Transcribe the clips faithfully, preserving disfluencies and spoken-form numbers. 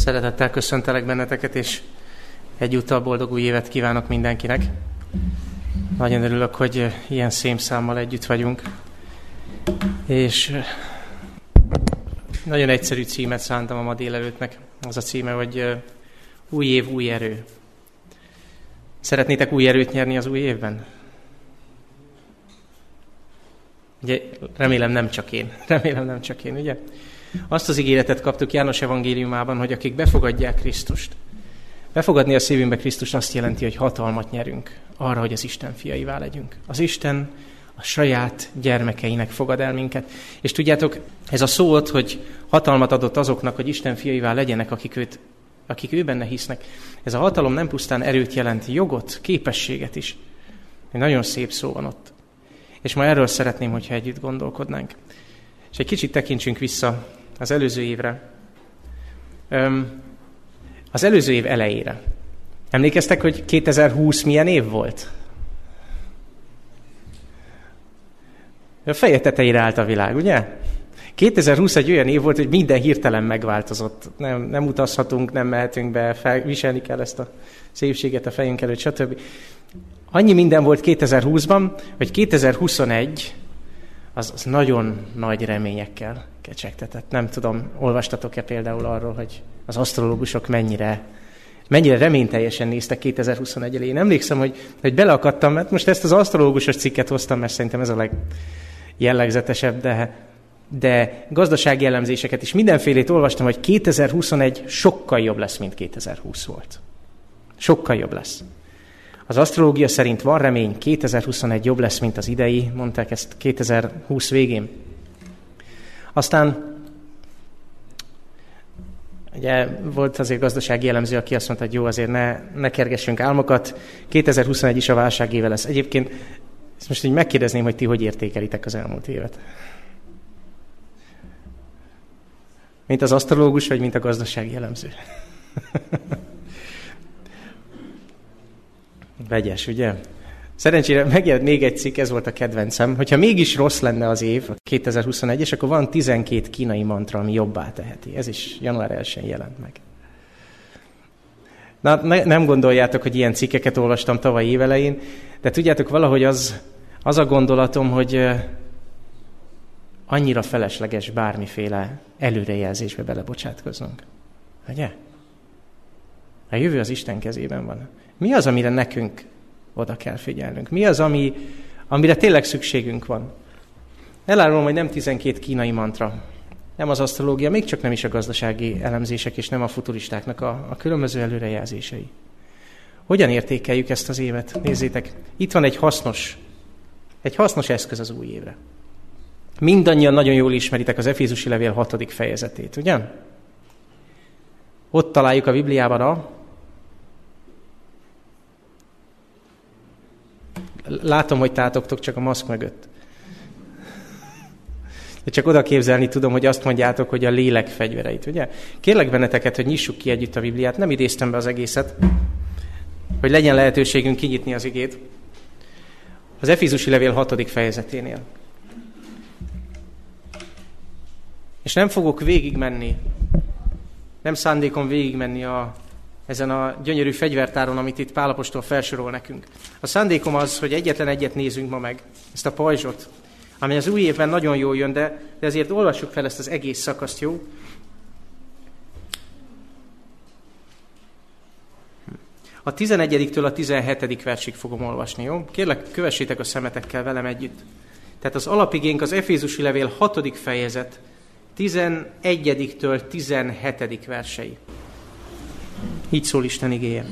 Szeretettel köszöntelek benneteket, és egyúttal boldog új évet kívánok mindenkinek. Nagyon örülök, hogy ilyen szép számmal együtt vagyunk. És nagyon egyszerű címet szántam a ma délelőttnek. Az a címe, hogy új év, új erő. Szeretnétek új erőt nyerni az új évben? Ugye, remélem nem csak én. Remélem nem csak én, ugye? Azt az ígéretet kaptuk János evangéliumában, hogy akik befogadják Krisztust. Befogadni a szívünkbe Krisztust azt jelenti, hogy hatalmat nyerünk arra, hogy az Isten fiaivá legyünk. Az Isten a saját gyermekeinek fogad el minket. És tudjátok, ez a szó ott, hogy hatalmat adott azoknak, hogy Isten fiaivá legyenek, akik, őt, akik ő benne hisznek. Ez a hatalom nem pusztán erőt jelenti, jogot, képességet is. Egy nagyon szép szó van ott. És ma erről szeretném, hogyha együtt gondolkodnánk. És egy kicsit tekintsünk vissza az előző évre. Az előző év elejére. Emlékeztek, hogy kétezer-húsz milyen év volt? A feje tetejére állt a világ, ugye? kétezer-húsz egy olyan év volt, hogy minden hirtelen megváltozott. Nem, nem utazhatunk, nem mehetünk be, fel, viselni kell ezt a szépséget a fejünk előtt, stb. Annyi minden volt kétezer-húszban, hogy kétezer-huszonegy az, az nagyon nagy reményekkel kecsegtetett. Nem tudom, olvastatok-e például arról, hogy az asztrológusok mennyire, mennyire reményteljesen néztek kétezer-huszonegy elé. Én emlékszem, hogy, hogy beleakadtam, mert most ezt az asztrológusos cikket hoztam, mert szerintem ez a legjellegzetesebb, de, de gazdasági elemzéseket is mindenfélét olvastam, hogy kétezer-huszonegy sokkal jobb lesz, mint kétezer-húsz volt. Sokkal jobb lesz. Az asztrológia szerint van remény, kétezer-huszonegy jobb lesz, mint az idei, mondták ezt kétezer-húsz végén. Aztán ugye volt azért gazdasági elemző, aki azt mondta, hogy jó, azért ne, ne kergessünk álmokat, kétezer-huszonegy is a válság éve lesz. Egyébként ezt most így megkérdezném, hogy ti hogy értékelitek az elmúlt évet? Mint az asztrológus, vagy mint a gazdasági elemző? Vegyes, ugye? Szerencsére megjelent még egy cikk, ez volt a kedvencem, hogyha mégis rossz lenne az év, kétezer-huszonegy, és akkor van tizenkét kínai mantra, ami jobbá teheti. Ez is január elsején jelent meg. Na, ne, nem gondoljátok, hogy ilyen cikkeket olvastam tavaly évelején, de tudjátok, valahogy az, az a gondolatom, hogy annyira felesleges bármiféle előrejelzésbe belebocsátkoznunk. Ugye? A jövő az Isten kezében van. Mi az, amire nekünk oda kell figyelnünk? Mi az, ami, amire tényleg szükségünk van? Elárulom, hogy nem tizenkét kínai mantra, nem az asztrológia, még csak nem is a gazdasági elemzések, és nem a futuristáknak a, a különböző előrejelzései. Hogyan értékeljük ezt az évet? Nézzétek, itt van egy hasznos, egy hasznos eszköz az új évre. Mindannyian nagyon jól ismeritek az Efézusi levél hatodik fejezetét, ugye? Ott találjuk a Bibliában a Látom, hogy tátogtok csak a maszk mögött. De csak oda képzelni tudom, hogy azt mondjátok, hogy a lélek fegyvereit, ugye? Kérlek benneteket, hogy nyissuk ki együtt a Bibliát. Nem idéztem be az egészet, hogy legyen lehetőségünk kinyitni az igét. Az Efézusi levél hatodik fejezeténél. És nem fogok végigmenni, nem szándékom végigmenni a ezen a gyönyörű fegyvertáron, amit itt Pál apostol felsorol nekünk. A szándékom az, hogy egyetlen egyet nézzünk ma meg, ezt a pajzsot, amely az új évben nagyon jól jön, de, de ezért olvassuk fel ezt az egész szakaszt, jó? A tizenegyediktől a tizenhetedik versig fogom olvasni, jó? Kérlek, kövessétek a szemetekkel velem együtt. Tehát az alapigénk az Efézusi levél hatodik fejezet, tizenegyediktől tizenhetedik versei. Így szól Isten igéje.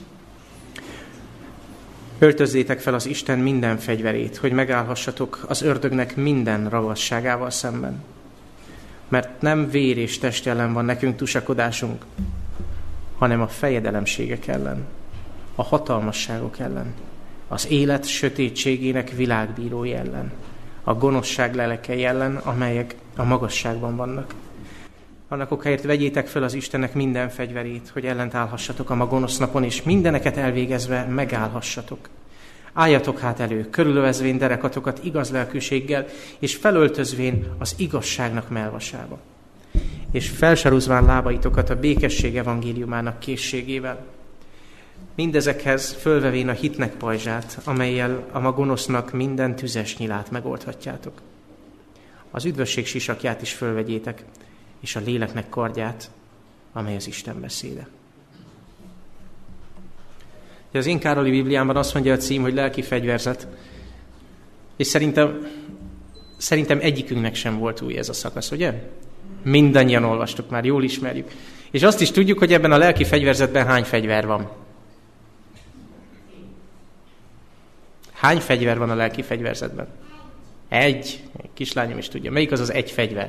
Öltözzétek fel az Isten minden fegyverét, hogy megállhassatok az ördögnek minden ravasságával szemben. Mert nem vér és test ellen van nekünk tusakodásunk, hanem a fejedelemségek ellen, a hatalmasságok ellen, az élet sötétségének világbírói ellen, a gonoszság lelekei ellen, amelyek a magasságban vannak. Annak okáért vegyétek fel az Istennek minden fegyverét, hogy ellent állhassatok a ma gonosz napon, és mindeneket elvégezve megállhassatok. Álljatok hát elő, körülövezvén derekatokat igaz lelkűséggel, és felöltözvén az igazságnak melvasába. és felsorúzván lábaitokat a békesség evangéliumának készségével. Mindezekhez fölvevén a hitnek pajzsát, amellyel a ma gonosznak minden tüzes nyilát megoldhatjátok. Az üdvösség sisakját is fölvegyétek, és a léleknek kardját, amely az Isten beszéde. Az én Károli Bibliámban azt mondja a cím, hogy lelki fegyverzet, és szerintem, szerintem egyikünknek sem volt új ez a szakasz, ugye? Mindannyian olvastuk már, jól ismerjük. És azt is tudjuk, hogy ebben a lelki fegyverzetben hány fegyver van. Hány fegyver van a lelki fegyverzetben? Egy. Kislányom is tudja. Melyik az az egy fegyver?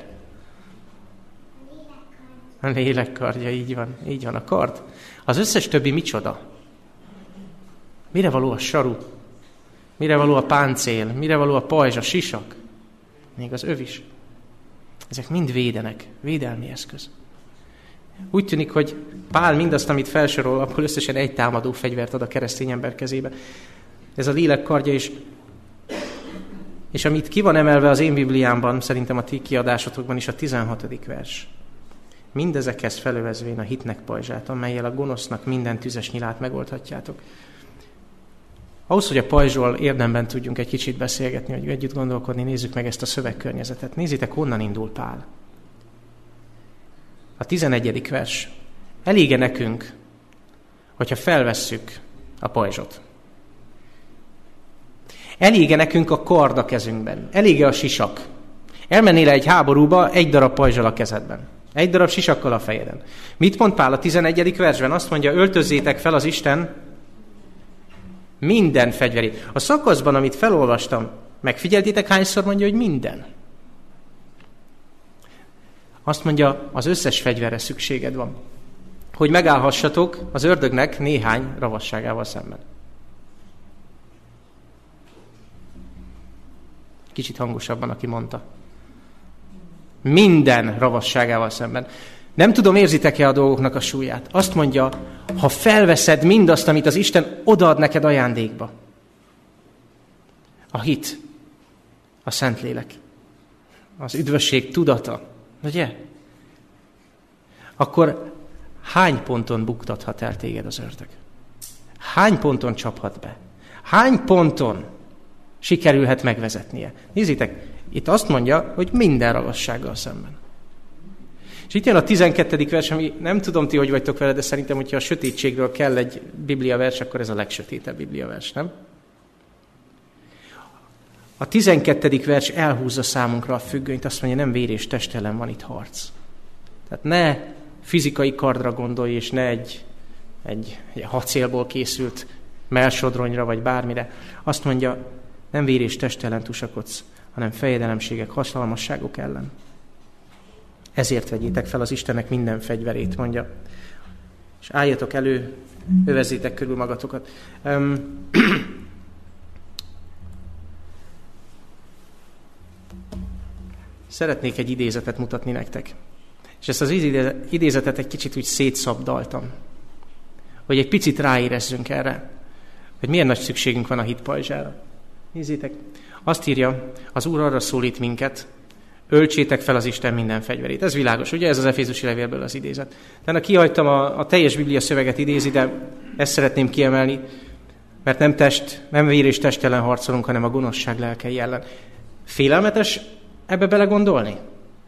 A lélek kardja, így van. Így van, a kard. Az összes többi micsoda? Mire való a saru? Mire való a páncél? Mire való a pajzs, a sisak? Még az öv is. Ezek mind védenek, védelmi eszköz. Úgy tűnik, hogy Pál mindazt, amit felsorol, abból összesen egy támadó fegyvert ad a keresztény ember kezébe. Ez a lélek kardja is. És amit ki van emelve az én Bibliámban, szerintem a ti kiadásotokban is a tizenhatodik vers. Mindezekhez felövezvén a hitnek pajzsát, amellyel a gonosznak minden tüzes nyilát megoldhatjátok. Ahhoz, hogy a pajzsról érdemben tudjunk egy kicsit beszélgetni, hogy együtt gondolkodni, nézzük meg ezt a szövegkörnyezetet. Nézzétek, honnan indul Pál. A tizenegyedik vers. Elége nekünk, hogyha felvesszük a pajzsot. Elége nekünk a kard a kezünkben. Elége a sisak. Elmennél egy háborúba egy darab pajzsal a kezedben. Egy darab sisakkal a fejeden. Mit mond Pál a tizenegyedik versben? Azt mondja, öltözzétek fel az Isten minden fegyverét. A szakaszban, amit felolvastam, megfigyeltétek, hányszor mondja, hogy minden? Azt mondja, az összes fegyverre szükséged van. Hogy megállhassatok az ördögnek néhány ravasságával szemben. Kicsit hangosabban, aki mondta. Minden ravasságával szemben. Nem tudom, érzitek-e a dolgoknak a súlyát. Azt mondja, ha felveszed mindazt, amit az Isten odaad neked ajándékba. A hit, a Szentlélek, az üdvösség tudata, ugye? Akkor hány ponton buktathat el téged az ördög? Hány ponton csaphat be? Hány ponton sikerülhet megvezetnie? Nézzétek, itt azt mondja, hogy minden ravassággal szemben. És itt jön a tizenkettedik vers, ami nem tudom ti, hogy vagytok vele, de szerintem, hogyha a sötétségről kell egy bibliavers, akkor ez a legsötétebb bibliavers, nem? A tizenkettedik vers elhúzza számunkra a függönyt, azt mondja, nem vér és test ellen van itt harc. Tehát ne fizikai kardra gondolj, és ne egy, egy, egy acélból készült mellsodronyra, vagy bármire. Azt mondja, nem vér és test ellen tusakodsz, hanem fejedelemségek, hatalmasságok ellen. Ezért vegyétek fel az Istennek minden fegyverét, mondja. És álljatok elő, övezzétek körül magatokat. Um, Szeretnék egy idézetet mutatni nektek. És ezt az idézetet egy kicsit úgy szétszabdaltam. Hogy egy picit ráérezzünk erre, hogy milyen nagy szükségünk van a hit pajzsára. Nézzétek, azt írja, az Úr arra szólít minket, öltsétek fel az Isten minden fegyverét. Ez világos, ugye? Ez az Efézusi levélből az idézet. Tehát kihagytam, a, a teljes Biblia szöveget idézi, de ezt szeretném kiemelni, mert nem test, nem vér és test ellen harcolunk, hanem a gonoszság lelkei ellen. Félelmetes ebbe belegondolni?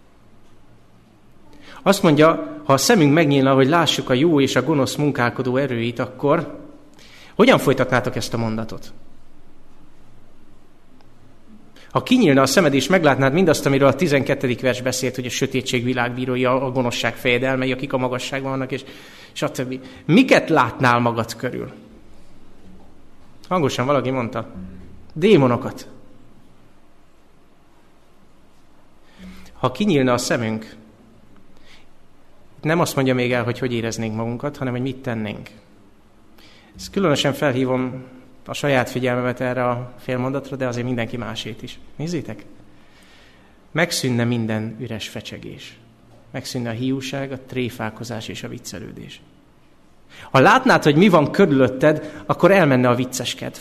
Azt mondja, ha a szemünk megnyílna, hogy lássuk a jó és a gonosz munkálkodó erőit, akkor hogyan folytatnátok ezt a mondatot? Ha kinyílna a szemed és meglátnád mindazt, amiről a tizenkettedik vers beszélt, hogy a sötétség világbírói, a gonoszság fejedelmei, akik a magasságban vannak, és stb. Miket látnál magad körül? Hangosan valaki mondta. Démonokat. Ha kinyílna a szemünk, nem azt mondja még el, hogy hogy éreznénk magunkat, hanem hogy mit tennénk. Ezt különösen felhívom a saját figyelmemet erre a félmondatra, de azért mindenki másét is. Nézzétek! Megszűnne minden üres fecsegés. Megszűnne a hiúság, a tréfálkozás és a viccelődés. Ha látnád, hogy mi van körülötted, akkor elmenne a vicceskedv.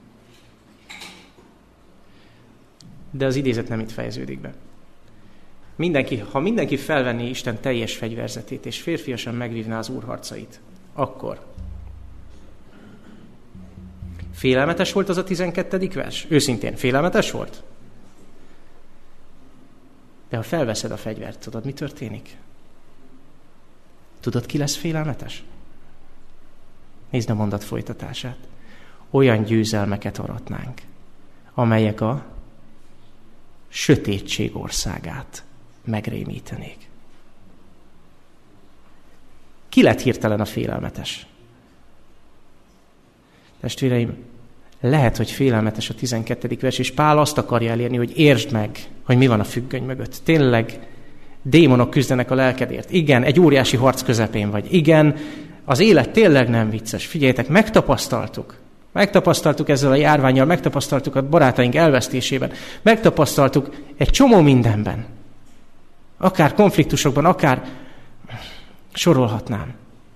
De az idézet nem itt fejeződik be. mindenki, ha mindenki felvenné Isten teljes fegyverzetét, és férfiasan megvívná az Úr harcait, akkor félelmetes volt az a tizenkettedik vers? Őszintén, félelmetes volt? De ha felveszed a fegyvert, tudod, mi történik? Tudod, ki lesz félelmetes? Nézd a mondat folytatását. Olyan győzelmeket aratnánk, amelyek a sötétség országát megrémítenék. Ki lett hirtelen a félelmetes? Testvéreim, lehet, hogy félelmetes a tizenkettedik vers, és Pál azt akarja elérni, hogy értsd meg, hogy mi van a függöny mögött. Tényleg démonok küzdenek a lelkedért. Igen, egy óriási harc közepén vagy. Igen, az élet tényleg nem vicces. Figyeljetek, megtapasztaltuk. Megtapasztaltuk ezzel a járvánnyal, megtapasztaltuk a barátaink elvesztésében. Megtapasztaltuk egy csomó mindenben. Akár konfliktusokban, akár sorolhatnám.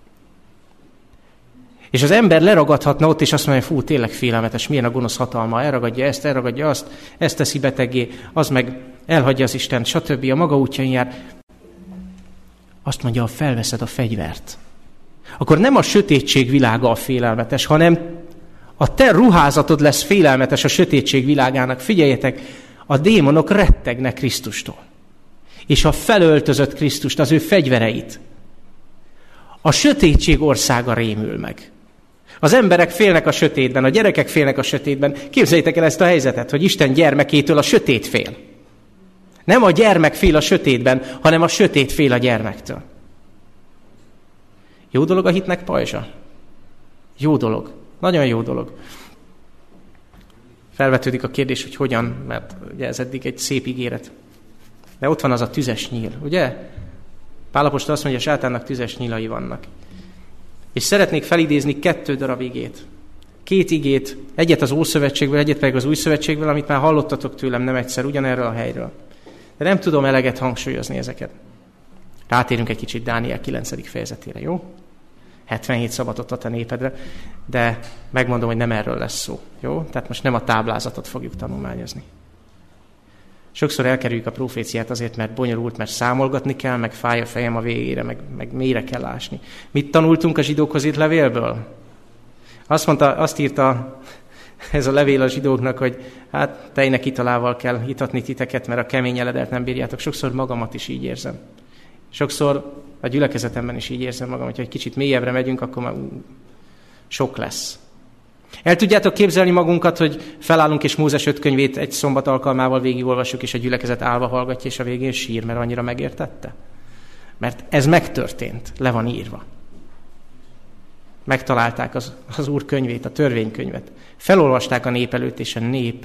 És az ember leragadhatna ott, és azt mondja, fú, tényleg félelmetes, milyen a gonosz hatalma, elragadja ezt, elragadja azt, ezt teszi beteggé, az meg elhagyja az Istent, stb. A maga útjain jár. Azt mondja, ha felveszed a fegyvert, akkor nem a sötétség világa a félelmetes, hanem a te ruházatod lesz félelmetes a sötétség világának. Figyeljetek, a démonok rettegnek Krisztustól. És ha felöltözött Krisztust, az ő fegyvereit, a sötétség országa rémül meg. Az emberek félnek a sötétben, a gyerekek félnek a sötétben. Képzeljétek el ezt a helyzetet, hogy Isten gyermekétől a sötét fél. Nem a gyermek fél a sötétben, hanem a sötét fél a gyermektől. Jó dolog a hitnek pajzsa? Jó dolog. Nagyon jó dolog. Felvetődik a kérdés, hogy hogyan, mert ugye ez eddig egy szép ígéret. De ott van az a tüzes nyíl, ugye? Pál apostol azt mondja, hogy a sátánnak tüzes nyílai vannak. És szeretnék felidézni kettő darab igét. Két igét, egyet az Ószövetségből, egyet pedig az Új Szövetségből, amit már hallottatok tőlem nem egyszer, ugyanerről a helyről. De nem tudom eleget hangsúlyozni ezeket. Rátérünk egy kicsit Dániel kilencedik fejezetére, jó? hetvenhét szabatot ad a népedre, de megmondom, hogy nem erről lesz szó, jó? Tehát most nem a táblázatot fogjuk tanulmányozni. Sokszor elkerüljük a proféciát azért, mert bonyolult, mert számolgatni kell, meg fáj a fejem a végére, meg, meg mélyre kell ásni. Mit tanultunk a zsidókhoz írt levélből? Azt mondta, azt írta ez a levél a zsidóknak, hogy hát tejnek italával kell itatni titeket, mert a kemény eledelt nem bírjátok. Sokszor magamat is így érzem. Sokszor a gyülekezetemben is így érzem magam, hogyha egy kicsit mélyebbre megyünk, akkor már sok lesz. El tudjátok képzelni magunkat, hogy felállunk és Mózes öt könyvét egy szombat alkalmával végigolvassuk, és a gyülekezet állva hallgatja, és a végén sír, mert annyira megértette? Mert ez megtörtént, le van írva. Megtalálták az, az Úr könyvét, a törvénykönyvet. Felolvasták a nép előtt, és a nép,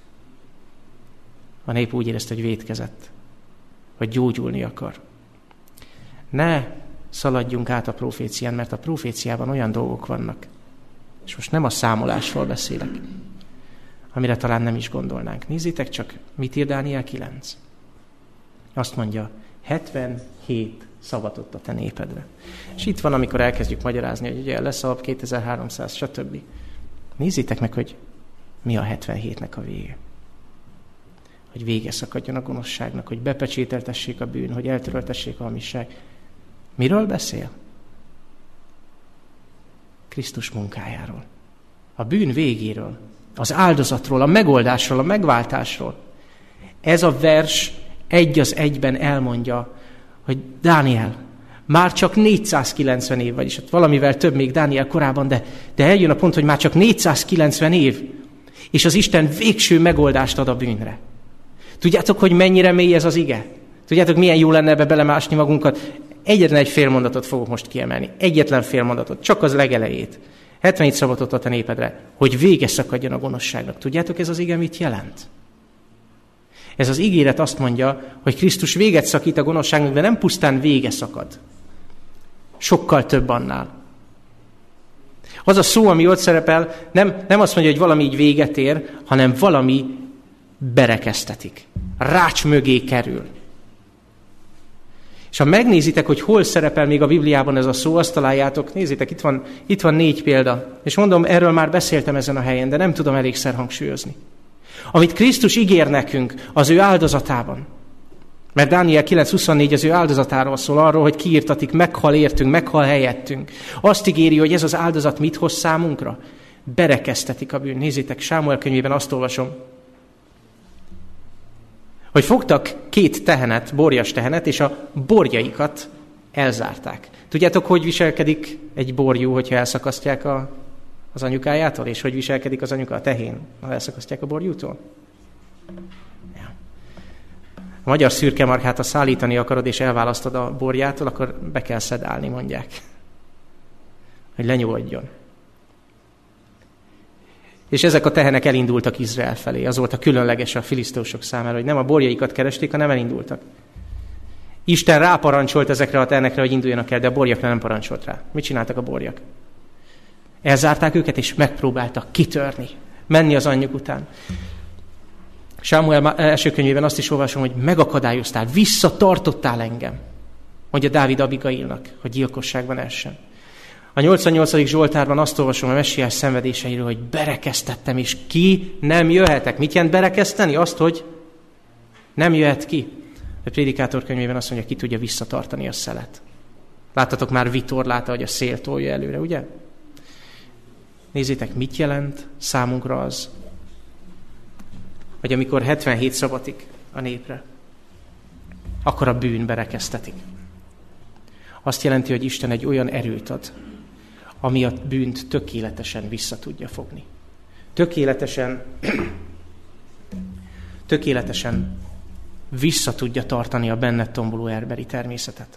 a nép úgy érezte, hogy vétkezett, hogy gyógyulni akar. Ne szaladjunk át a profécián, mert a proféciában olyan dolgok vannak, és most nem a számolásról beszélek, amire talán nem is gondolnánk. Nézzétek csak, mit ír Dániel kilenc. Azt mondja, hetvenhét szabatot a te népedre. És itt van, amikor elkezdjük magyarázni, hogy ugye lesz a kétezer-háromszáz, stb. Nézzétek meg, hogy mi a hetvenhétnek a vége. Hogy vége szakadjon a gonoszságnak, hogy bepecsételtessék a bűn, hogy eltöröltessék a hamisság. Miről beszél? Krisztus munkájáról. A bűn végéről. Az áldozatról, a megoldásról, a megváltásról. Ez a vers egy az egyben elmondja, hogy Dániel, már csak négyszázkilencven év, vagyis valamivel több még Dániel korában, de, de eljön a pont, hogy már csak négyszázkilencven év, és az Isten végső megoldást ad a bűnre. Tudjátok, hogy mennyire mély ez az ige? Tudjátok, milyen jó lenne ebbe belemásni magunkat? Egyetlen egy fél mondatot fogok most kiemelni. Egyetlen fél mondatot, csak az legelejét. hetvenhét szabatot ad a népedre, hogy vége szakadjon a gonoszságnak. Tudjátok, ez az ige mit jelent? Ez az ígéret azt mondja, hogy Krisztus véget szakít a gonoszságnak, de nem pusztán vége szakad. Sokkal több annál. Az a szó, ami ott szerepel, nem, nem azt mondja, hogy valami így véget ér, hanem valami berekeztetik. Rács mögé kerül. És ha megnézitek, hogy hol szerepel még a Bibliában ez a szó, azt találjátok, nézzétek, itt van, itt van négy példa. És mondom, erről már beszéltem ezen a helyen, de nem tudom elégszer hangsúlyozni. Amit Krisztus ígér nekünk az ő áldozatában. Mert Dániel kilenc huszonnégy az ő áldozatáról szól, arról, hogy kiirtatik, meghal értünk, meghal helyettünk. Azt ígéri, hogy ez az áldozat mit hoz számunkra? Berekeztetik a bűn. Nézzétek, Sámuel könyvében azt olvasom, hogy fogtak két tehenet, borjas tehenet, és a borjaikat elzárták. Tudjátok, hogy viselkedik egy borjú, hogyha elszakasztják a, az anyukájától, és hogy viselkedik az anyuka a tehén, ha elszakasztják a borjútól? Ja. A magyar szürkemarhát, ha szállítani akarod, és elválasztod a borjától, akkor be kell szedálni, mondják. Hogy lenyugodjon. És ezek a tehenek elindultak Izrael felé. Az volt a különleges a filiszteusok számára, hogy nem a borjaikat keresték, hanem elindultak. Isten ráparancsolt ezekre a tehenekre, hogy induljanak el, de a borjakra nem parancsolt rá. Mit csináltak a borjak? Elzárták őket, és megpróbáltak kitörni, menni az anyjuk után. Sámuel első könyvében azt is olvasom, hogy megakadályoztál, visszatartottál engem, mondja Dávid Abigailnak, hogy gyilkosságban essen. A nyolcvannyolcadik Zsoltárban azt olvasom a messiás szenvedéseiről, hogy berekeztettem, és ki nem jöhetek. Mit jelent berekezteni? Azt, hogy nem jöhet ki. A Prédikátor könyvében azt mondja, ki tudja visszatartani a szelet. Láttatok már vitorlát, hogy a szél tolja előre, ugye? Nézzétek, mit jelent számunkra az, hogy amikor hetvenhét szabatik a népre, akkor a bűn berekeztetik. Azt jelenti, hogy Isten egy olyan erőt ad, ami a bűnt tökéletesen vissza tudja fogni. Tökéletesen, tökéletesen vissza tudja tartani a benned tomboló erbeli természetet.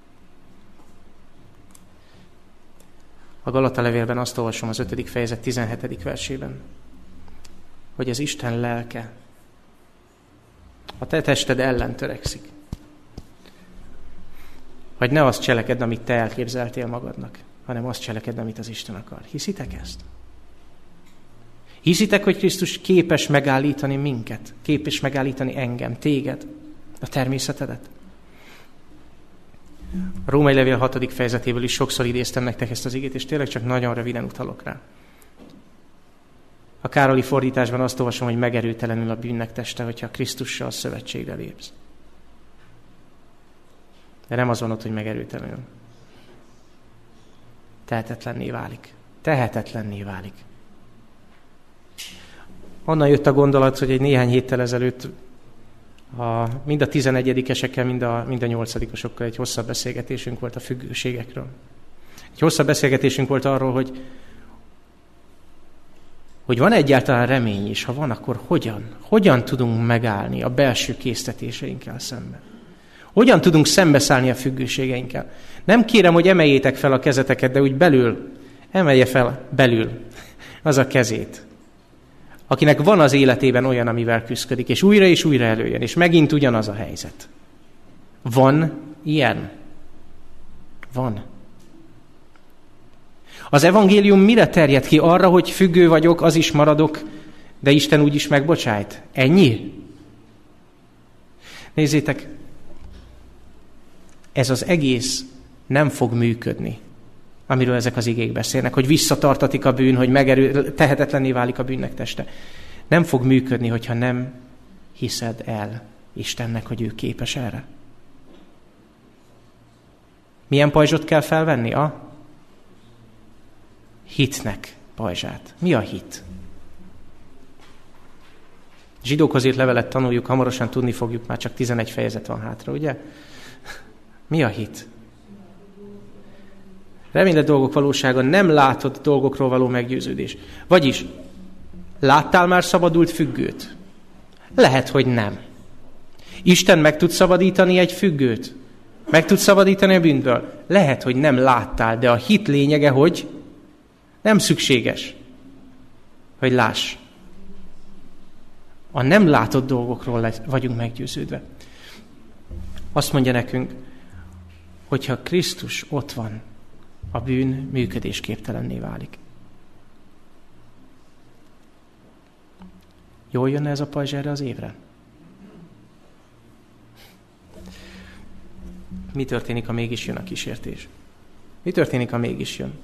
A Galata levélben azt olvasom az ötödik fejezet tizenhetedik versében, hogy az Isten lelke a te tested ellen törekszik. Hogy ne azt cselekedd, amit te elképzeltél magadnak, hanem azt cselekedd, amit az Isten akar. Hiszitek ezt? Hiszitek, hogy Krisztus képes megállítani minket? Képes megállítani engem, téged, a természetedet? A Római levél hatodik fejezetéből is sokszor idéztem nektek ezt az igét, és tényleg csak nagyon röviden utalok rá. A Károli fordításban azt olvasom, hogy megerőtelenül a bűnnek teste, hogyha Krisztussal szövetségre lépsz. De nem az van ott, hogy megerőtelenül. Tehetetlenné válik. Tehetetlenné válik. Onnan jött a gondolat, hogy egy néhány héttel ezelőtt a, mind a tizenegyedikesekkel, mind a, mind a nyolcadikosokkal egy hosszabb beszélgetésünk volt a függőségekről. Egy hosszabb beszélgetésünk volt arról, hogy, hogy van egyáltalán remény, és ha van, akkor hogyan? Hogyan tudunk megállni a belső késztetéseinkkel szemben? Hogyan tudunk szembeszállni a függőségeinkkel? Nem kérem, hogy emeljétek fel a kezeteket, de úgy belül, emelje fel belül az a kezét, akinek van az életében olyan, amivel küszködik, és újra és újra előjön, és megint ugyanaz a helyzet. Van ilyen? Van. Az evangélium mire terjed ki? Arra, hogy függő vagyok, az is maradok, de Isten úgy is megbocsájt? Ennyi? Nézzétek, ez az egész nem fog működni, amiről ezek az igék beszélnek, hogy visszatartatik a bűn, hogy megerő, tehetetlenné válik a bűnnek teste. Nem fog működni, hogyha nem hiszed el Istennek, hogy ő képes erre. Milyen pajzsot kell felvenni? A hitnek pajzsát. Mi a hit? Zsidókhoz írt levelet tanuljuk, hamarosan tudni fogjuk, már csak tizenegy fejezet van hátra, ugye? Mi a hit? Reménylett dolgok valósága, nem látott dolgokról való meggyőződés. Vagyis, láttál már szabadult függőt? Lehet, hogy nem. Isten meg tud szabadítani egy függőt? Meg tud szabadítani a bűnből? Lehet, hogy nem láttál, de a hit lényege, hogy nem szükséges, hogy láss. A nem látott dolgokról vagyunk meggyőződve. Azt mondja nekünk, hogyha Krisztus ott van, a bűn működésképtelenné válik. Jól jönne ez a pajzs erre az évre? Mi történik, ha mégis jön a kísértés? Mi történik, ha mégis jön?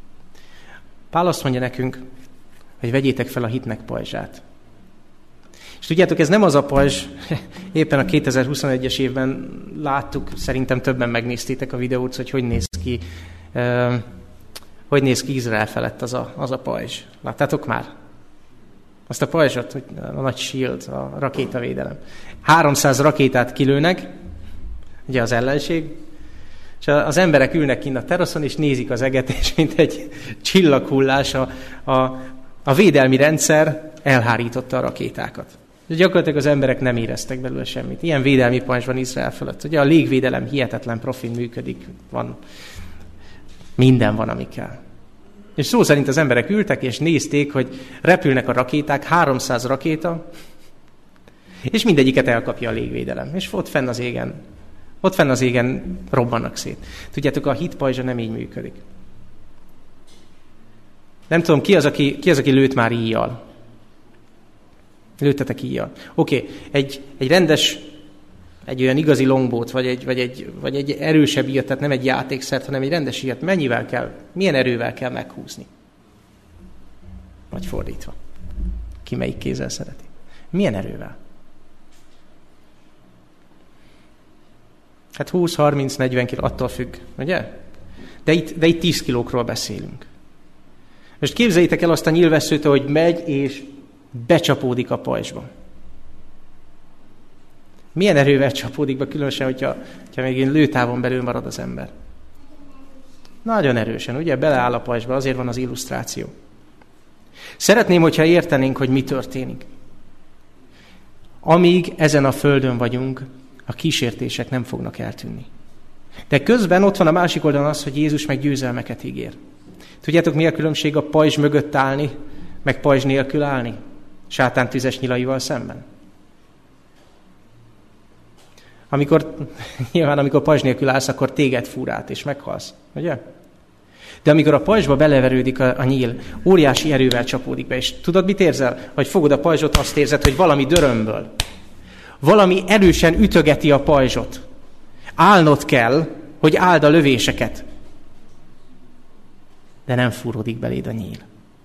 Pál azt mondja nekünk, hogy vegyétek fel a hitnek pajzsát. És tudjátok, ez nem az a pajzs, éppen a kétezer-huszonegyes évben láttuk, szerintem többen megnéztétek a videót, hogy hogy néz ki, uh, hogy néz ki Izrael felett az a, az a pajzs. Láttátok már? Azt a pajzsot, hogy a nagy shield, a rakétavédelem. háromszáz rakétát kilőnek, ugye az ellenség, és az emberek ülnek kint a teraszon, és nézik az eget, és mint egy csillaghullás a, a, a védelmi rendszer elhárította a rakétákat. És gyakorlatilag az emberek nem éreztek belőle semmit. Ilyen védelmi pajzs van Izrael fölött. Ugye a légvédelem hihetetlen profin működik, van, minden van, ami kell. És szó szerint az emberek ültek, és nézték, hogy repülnek a rakéták, háromszáz rakéta, és mindegyiket elkapja a légvédelem. És ott fenn az égen, ott fenn az égen robbannak szét. Tudjátok, a hitpajzsa nem így működik. Nem tudom, ki az, aki, ki az, aki lőtt már íjjal? Lőttetek íjjal. Oké, okay. egy, egy rendes, egy olyan igazi longboat, vagy egy, vagy, egy, vagy egy erősebb íjat, tehát nem egy játékszert, hanem egy rendes íjat, mennyivel kell, milyen erővel kell meghúzni? Vagy fordítva. Ki melyik kézzel szereti? Milyen erővel? Hát húsz, harminc, negyven kiló, attól függ, ugye? De itt, de itt tíz kilókról beszélünk. Most képzeljétek el azt a nyílvesszőt, hogy megy és becsapódik a pajzsba. Milyen erővel csapódik be, különösen, hogyha, hogyha még lőtávon belül marad az ember. Nagyon erősen, ugye? Beleáll a pajzsba, azért van az illusztráció. Szeretném, hogyha értenénk, hogy mi történik. Amíg ezen a földön vagyunk, a kísértések nem fognak eltűnni. De közben ott van a másik oldalon az, hogy Jézus meg győzelmeket ígér. Tudjátok, mi a különbség a pajzs mögött állni, meg pajzs nélkül állni? Sátán tüzes nyilaival szemben. Amikor, nyilván amikor pajzs nélkül állsz, akkor téged fúr át, és meghalsz. Ugye? De amikor a pajzsba beleverődik a, a nyíl, óriási erővel csapódik be, és tudod, mit érzel? Hogy fogod a pajzsot, azt érzed, hogy valami dörömböl. Valami erősen ütögeti a pajzsot. Állnod kell, hogy áld a lövéseket. De nem fúródik beléd a nyíl.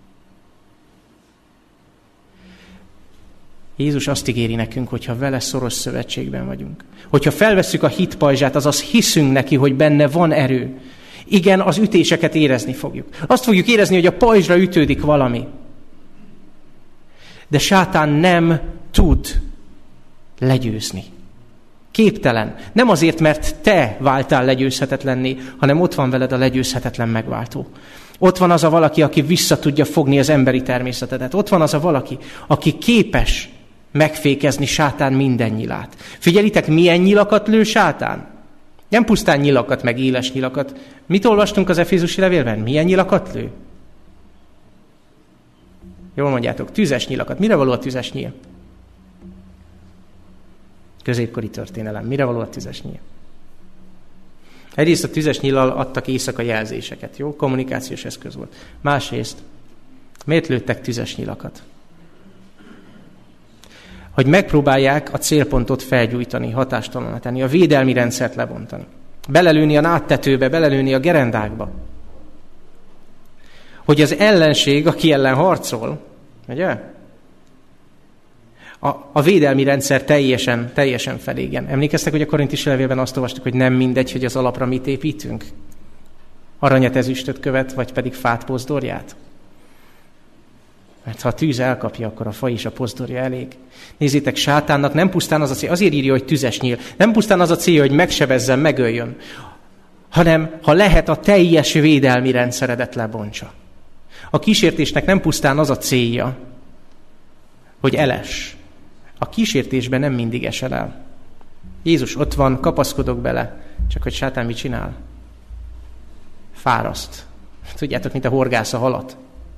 Jézus azt ígéri nekünk, hogyha vele szoros szövetségben vagyunk. Hogyha felvesszük a hit pajzsát, azaz hiszünk neki, hogy benne van erő. Igen, az ütéseket érezni fogjuk. Azt fogjuk érezni, hogy a pajzsra ütődik valami. De sátán nem tud legyőzni. Képtelen. Nem azért, mert te váltál legyőzhetetlenné, hanem ott van veled a legyőzhetetlen megváltó. Ott van az a valaki, aki vissza tudja fogni az emberi természetedet. Ott van az a valaki, aki képes megfékezni sátán minden nyilát. Figyelitek, milyen nyilakat lő sátán? Nem pusztán nyilakat, meg éles nyilakat. Mit olvastunk az Efézusi levélben? Milyen nyilakat lő? Jól mondjátok, tüzes nyilakat. Mire való a tüzes nyíl? Középkori történelem. Mire való a tüzes nyíl? Egyrészt a tüzes nyíllal adtak éjszaka jelzéseket, jó? Kommunikációs eszköz volt. Másrészt, miért lőttek tüzes nyilakat? Hogy megpróbálják a célpontot felgyújtani, hatástalanná tenni, a védelmi rendszert lebontani. Belelőni a nádtetőbe, belelőni a gerendákba. Hogy az ellenség, aki ellen harcol, ugye? A, a védelmi rendszer teljesen, teljesen felégjen. Emlékeztek, hogy a korintusi levélben azt olvastuk, hogy nem mindegy, hogy az alapra mit építünk? Aranyat, ezüstöt követ, vagy pedig fát, pozdorját? Mert ha a tűz elkapja, akkor a fa és a pozdorja elég. Nézzétek, sátánnak nem pusztán az a cél, azért írja, hogy tüzes nyíl, nem pusztán az a cél, hogy megsebezzen, megöljön, hanem ha lehet, a teljes védelmi rendszeredet lebontsa. A kísértésnek nem pusztán az a célja, hogy eless. A kísértésben nem mindig esel el. Jézus ott van, kapaszkodok bele, csak hogy sátán mit csinál? Fáraszt. Tudjátok, mint a horgász a halat.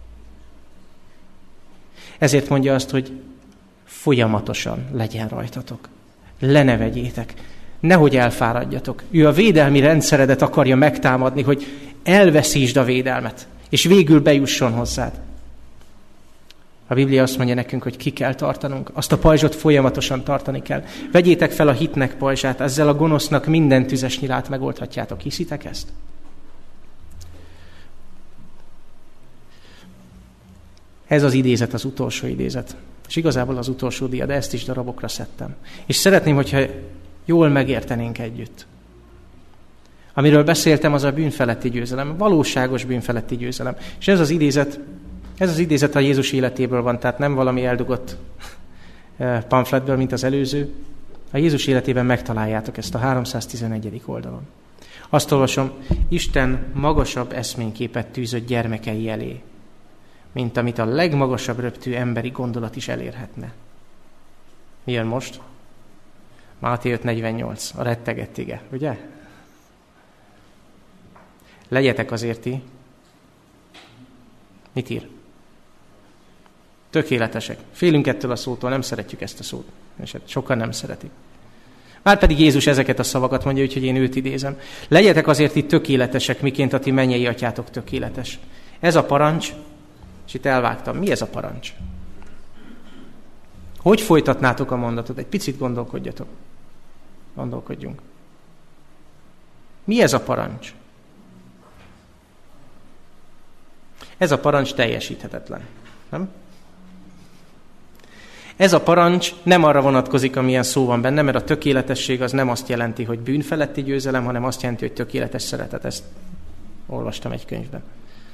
Ezért mondja azt, hogy folyamatosan legyen rajtatok. Le ne vegyétek. Nehogy elfáradjatok. Ő a védelmi rendszeredet akarja megtámadni, hogy elveszítsd a védelmet, és végül bejusson hozzád. A Biblia azt mondja nekünk, hogy ki kell tartanunk. Azt a pajzsot folyamatosan tartani kell. Vegyétek fel a hitnek pajzsát, ezzel a gonosznak minden tüzes nyilát megoldhatjátok. Hiszitek ezt? Ez az idézet az utolsó idézet. És igazából az utolsó dia, de ezt is darabokra szedtem. És szeretném, hogyha jól megértenénk együtt. Amiről beszéltem, az a bűnfeletti győzelem, valóságos bűnfeletti győzelem. És ez az idézet, ez az idézet a Jézus életéből van, tehát nem valami eldugott pamfletből, mint az előző. A Jézus életében megtaláljátok ezt a háromszáztizenegyedik oldalon. Azt olvasom, Isten magasabb eszményképet tűzött gyermekei elé, mint amit a legmagasabb röptű emberi gondolat is elérhetne. Mi jön most? Máté öt negyvennyolc, a rettegett ige, ugye? Legyetek azért ti. Mit ír? Tökéletesek. Félünk ettől a szótól, nem szeretjük ezt a szót. És sokan nem szeretik. Márpedig Jézus ezeket a szavakat mondja, úgyhogy én őt idézem. Legyetek azért itt tökéletesek, miként a ti mennyei atyátok tökéletes. Ez a parancs, és itt elvágtam. Mi ez a parancs? Hogy folytatnátok a mondatot? Egy picit gondolkodjatok. Gondolkodjunk. Mi ez a parancs? Ez a parancs teljesíthetetlen. Nem? Ez a parancs nem arra vonatkozik, amilyen szó van benne, mert a tökéletesség az nem azt jelenti, hogy bűnfeletti győzelem, hanem azt jelenti, hogy tökéletes szeretet. Ezt olvastam egy könyvben.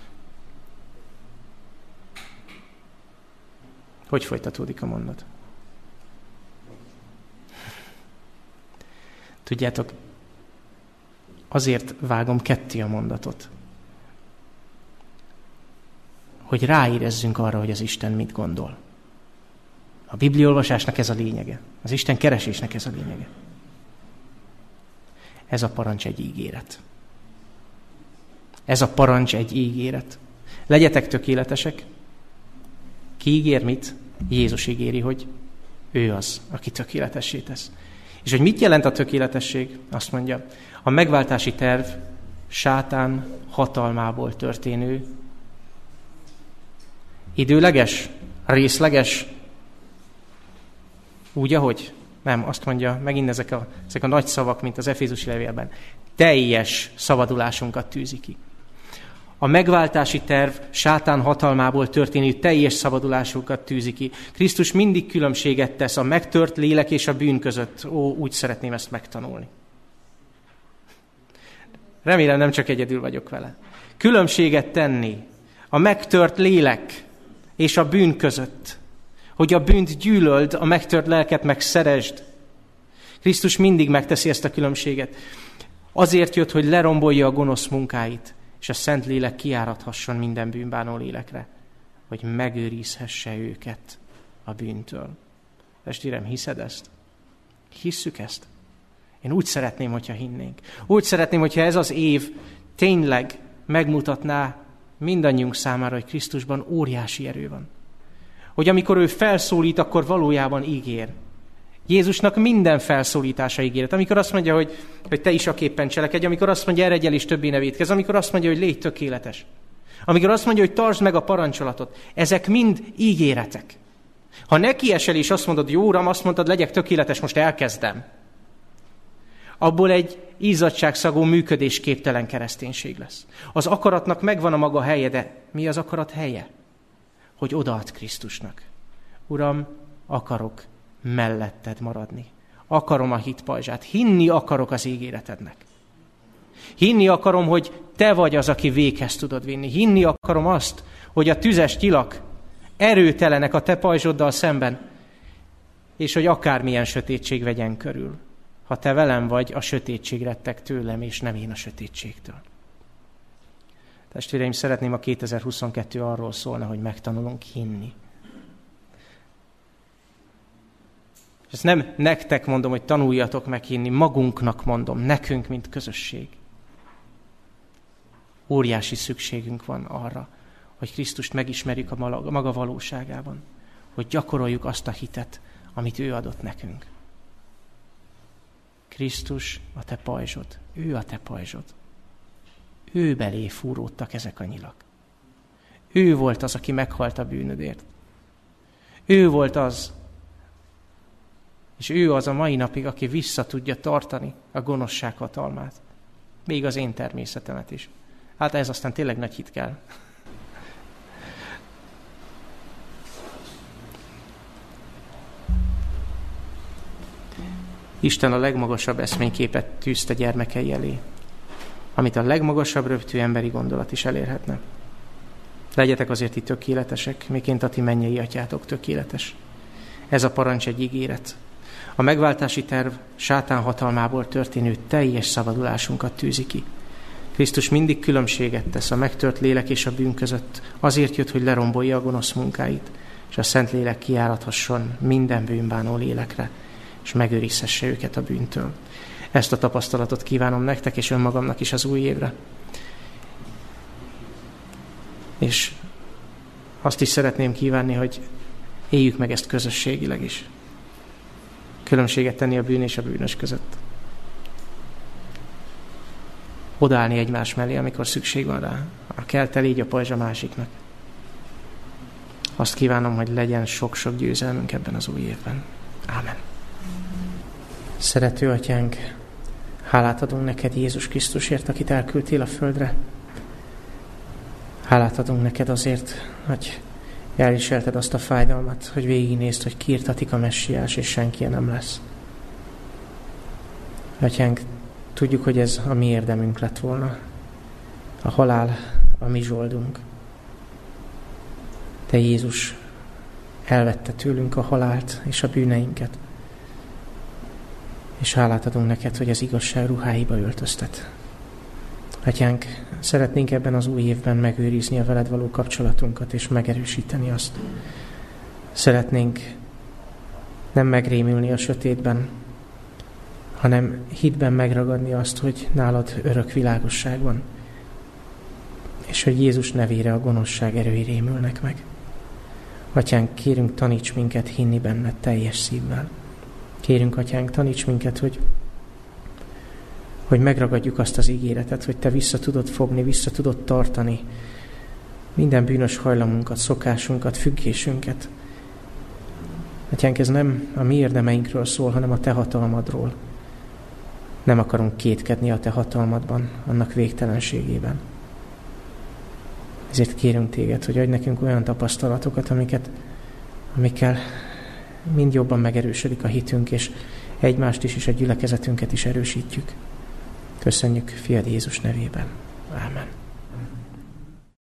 Hogy folytatódik a mondat? Tudjátok, azért vágom ketté a mondatot, hogy ráérezzünk arra, hogy az Isten mit gondol. A bibliaolvasásnak ez a lényege. Az Isten keresésnek ez a lényege. Ez a parancs egy ígéret. Ez a parancs egy ígéret. Legyetek tökéletesek. Ki ígér mit? Jézus ígéri, hogy ő az, aki tökéletessé tesz. És hogy mit jelent a tökéletesség? Azt mondja, a megváltási terv sátán hatalmából történő, időleges, részleges, úgy, ahogy? Nem, azt mondja, megint ezek a, ezek a nagy szavak, mint az Efézusi levélben. Teljes szabadulásunkat tűzi ki. A megváltási terv sátán hatalmából történő teljes szabadulásunkat tűzi ki. Krisztus mindig különbséget tesz a megtört lélek és a bűn között. Ó, úgy szeretném ezt megtanulni. Remélem, nem csak egyedül vagyok vele. Különbséget tenni a megtört lélek és a bűn között. Hogy a bűnt gyűlöld, a megtört lelket meg szeresd. Krisztus mindig megteszi ezt a különbséget. Azért jött, hogy lerombolja a gonosz munkáit, és a Szent Lélek kiáradhasson minden bűnbánó lélekre, hogy megőrizhesse őket a bűntől. Testvérem, hiszed ezt? Hisszük ezt? Én úgy szeretném, hogyha hinnénk. Úgy szeretném, hogyha ez az év tényleg megmutatná mindannyiunk számára, hogy Krisztusban óriási erő van. Hogy amikor ő felszólít, akkor valójában ígér. Jézusnak minden felszólítása ígéret. Amikor azt mondja, hogy, hogy te is aképpen cselekedj, amikor azt mondja, eredj el és többé ne vétkezz, amikor azt mondja, hogy légy tökéletes. Amikor azt mondja, hogy tartsd meg a parancsolatot. Ezek mind ígéretek. Ha neki esel és azt mondod, jó uram, azt mondtad, legyek tökéletes, most elkezdem. Abból egy izzadságszagú, működésképtelen kereszténység lesz. Az akaratnak megvan a maga helye, de mi az akarat helye? Hogy odaad Krisztusnak. Uram, akarok melletted maradni. Akarom a hit pajzsát. Hinni akarok az ígéretednek. Hinni akarom, hogy te vagy az, aki véghez tudod vinni. Hinni akarom azt, hogy a tüzes nyilak erőtelenek a te pajzsoddal szemben, és hogy akármilyen sötétség vegyen körül. Ha te velem vagy, a sötétség retteg tőlem, és nem én a sötétségtől. Testvéreim, szeretném, a kétezer-huszonkettő arról szólna, hogy megtanulunk hinni. És ezt nem nektek mondom, hogy tanuljatok meg hinni, magunknak mondom, nekünk, mint közösség. Óriási szükségünk van arra, hogy Krisztust megismerjük a maga valóságában, hogy gyakoroljuk azt a hitet, amit ő adott nekünk. Krisztus a te pajzsod, ő a te pajzsod. Ő belé fúródtak ezek a nyilak. Ő volt az, aki meghalt a bűnödért. Ő volt az, és ő az a mai napig, aki vissza tudja tartani a gonoszság hatalmát. Még az én természetemet is. Hát ez aztán tényleg nagy hit kell. Isten a legmagasabb eszményképet tűzte gyermekei elé, amit a legmagasabb röptű emberi gondolat is elérhetne. Legyetek azért ti tökéletesek, miként a ti mennyei atyátok tökéletes. Ez a parancs egy ígéret. A megváltási terv sátán hatalmából történő teljes szabadulásunkat tűzi ki. Krisztus mindig különbséget tesz a megtört lélek és a bűn között. Azért jött, hogy lerombolja a gonosz munkáit, és a Szentlélek kijárathasson minden bűnbánó lélekre, és megőrizhesse őket a bűntől. Ezt a tapasztalatot kívánom nektek, és önmagamnak is az új évre. És azt is szeretném kívánni, hogy éljük meg ezt közösségileg is. Különbséget tenni a bűn és a bűnös között. Odaállni egymás mellé, amikor szükség van rá. A kell te légy a pajzs a másiknak. Azt kívánom, hogy legyen sok-sok győzelmünk ebben az új évben. Ámen. Szerető atyánk, hálát adunk neked Jézus Krisztusért, akit elküldtél a földre. Hálát adunk neked azért, hogy elviselted azt a fájdalmat, hogy végignézd, hogy kiirtatik a messiás, és senki nem lesz. Atyánk, tudjuk, hogy ez a mi érdemünk lett volna. A halál a mi zsoldunk. Te Jézus elvette tőlünk a halált és a bűneinket. És hálát adunk neked, hogy az igazság ruháiba öltöztet. Atyánk, szeretnénk ebben az új évben megőrizni a veled való kapcsolatunkat, és megerősíteni azt. Szeretnénk nem megrémülni a sötétben, hanem hitben megragadni azt, hogy nálad örök világosság van, és hogy Jézus nevére a gonoszság erői rémülnek meg. Atyánk, kérünk, taníts minket hinni benned teljes szívvel. Kérünk, Atyánk, taníts minket, hogy, hogy megragadjuk azt az ígéretet, hogy te vissza tudod fogni, vissza tudod tartani minden bűnös hajlamunkat, szokásunkat, függésünket. Atyánk, ez nem a mi érdemeinkről szól, hanem a te hatalmadról. Nem akarunk kétkedni a te hatalmadban, annak végtelenségében. Ezért kérünk téged, hogy adj nekünk olyan tapasztalatokat, amiket, amikkel mind jobban megerősödik a hitünk, és egymást is, és a gyülekezetünket is erősítjük. Köszönjük fiad Jézus nevében. Ámen.